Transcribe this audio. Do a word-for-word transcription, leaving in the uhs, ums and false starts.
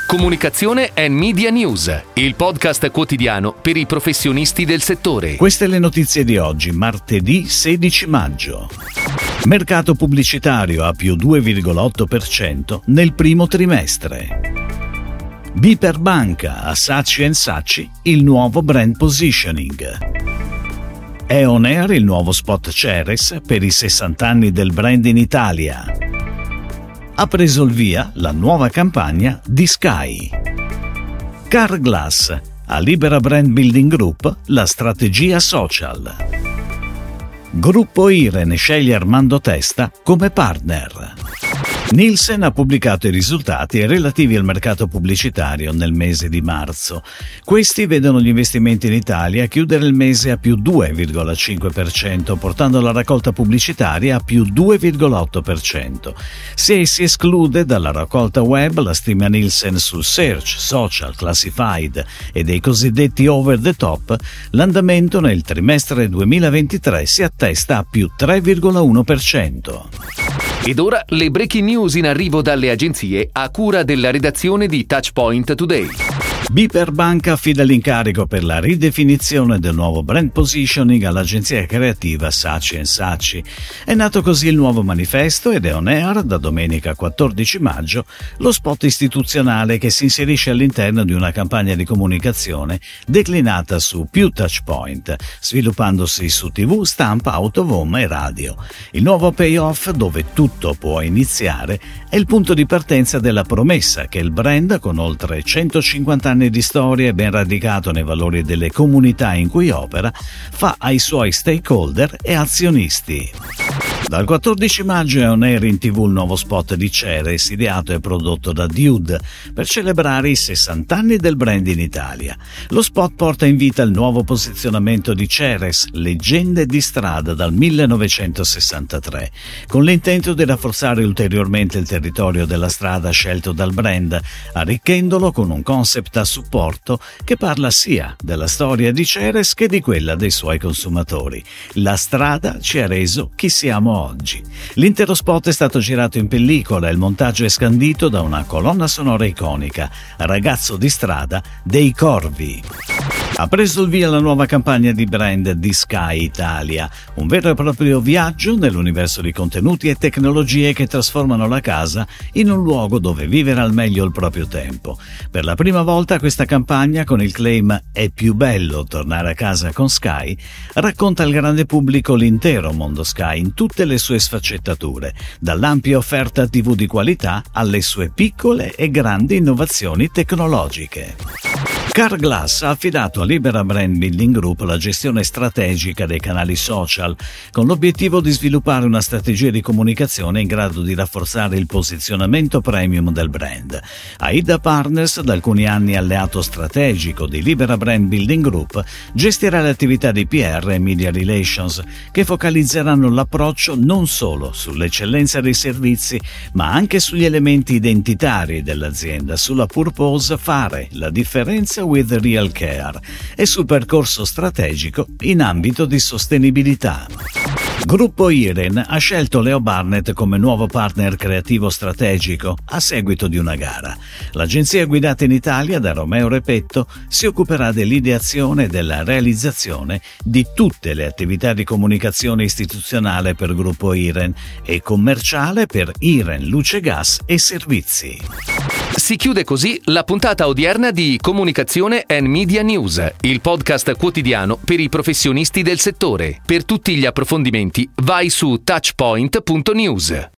Comunicazione and Media News, il podcast quotidiano per i professionisti del settore. Queste le notizie di oggi, martedì sedici maggio. Mercato pubblicitario a più due virgola otto per cento nel primo trimestre. BPER Banca a Saatchi and Saatchi il nuovo brand positioning. È on air il nuovo spot Ceres per i sessanta anni del brand in Italia. Ha preso il via la nuova campagna di Sky. Carglass, a Libera Brand Building Group, la strategia social. Gruppo Iren sceglie Armando Testa come partner. Nielsen ha pubblicato i risultati relativi al mercato pubblicitario nel mese di marzo. Questi vedono gli investimenti in Italia chiudere il mese a più due virgola cinque per cento, portando la raccolta pubblicitaria a più due virgola otto per cento. Se si esclude dalla raccolta web la stima Nielsen sul search, social, classified e dei cosiddetti over the top, l'andamento nel trimestre duemilaventitré si attesta a più tre virgola uno per cento. Ed ora le breaking news in arrivo dalle agenzie a cura della redazione di Touchpoint Today. BPER Banca affida l'incarico per la ridefinizione del nuovo brand positioning all'agenzia creativa Saatchi and Saatchi. È nato così il nuovo manifesto ed è on air da domenica quattordici maggio lo spot istituzionale che si inserisce all'interno di una campagna di comunicazione declinata su più touchpoint, sviluppandosi su tivù, stampa, out-of-home e radio. Il nuovo payoff, dove tutto può iniziare, è il punto di partenza della promessa che il brand, con oltre centocinquanta anni di storia e ben radicato nei valori delle comunità in cui opera, fa ai suoi stakeholder e azionisti. Dal quattordici maggio è on air in tivù il nuovo spot di Ceres, ideato e prodotto da Dude, per celebrare i sessanta anni del brand in Italia. Lo spot porta in vita il nuovo posizionamento di Ceres, leggende di strada dal millenovecentosessantatré, con l'intento di rafforzare ulteriormente il territorio della strada scelto dal brand, arricchendolo con un concept a supporto che parla sia della storia di Ceres che di quella dei suoi consumatori. La strada ci ha reso chi siamo oggi. L'intero spot è stato girato in pellicola e il montaggio è scandito da una colonna sonora iconica, Ragazzo di strada dei Corvi. Ha preso il via la nuova campagna di brand di Sky Italia, un vero e proprio viaggio nell'universo di contenuti e tecnologie che trasformano la casa in un luogo dove vivere al meglio il proprio tempo. Per la prima volta questa campagna, con il claim "È più bello tornare a casa con Sky", racconta al grande pubblico l'intero mondo Sky in tutte le sue sfaccettature, dall'ampia offerta tivù di qualità alle sue piccole e grandi innovazioni tecnologiche. Carglass ha affidato a Libera Brand Building Group la gestione strategica dei canali social, con l'obiettivo di sviluppare una strategia di comunicazione in grado di rafforzare il posizionamento premium del brand. Aida Partners, da alcuni anni alleato strategico di Libera Brand Building Group, gestirà le attività di P R e Media Relations, che focalizzeranno l'approccio non solo sull'eccellenza dei servizi, ma anche sugli elementi identitari dell'azienda, sulla purpose fare la differenza with real care e sul percorso strategico in ambito di sostenibilità. Gruppo Iren ha scelto Leo Barnett come nuovo partner creativo strategico a seguito di una gara. L'agenzia guidata in Italia da Romeo Repetto si occuperà dell'ideazione e della realizzazione di tutte le attività di comunicazione istituzionale per Gruppo Iren e commerciale per Iren Luce Gas e Servizi. Si chiude così la puntata odierna di Comunicazione and Media News, il podcast quotidiano per i professionisti del settore. Per tutti gli approfondimenti vai su touchpoint punto news.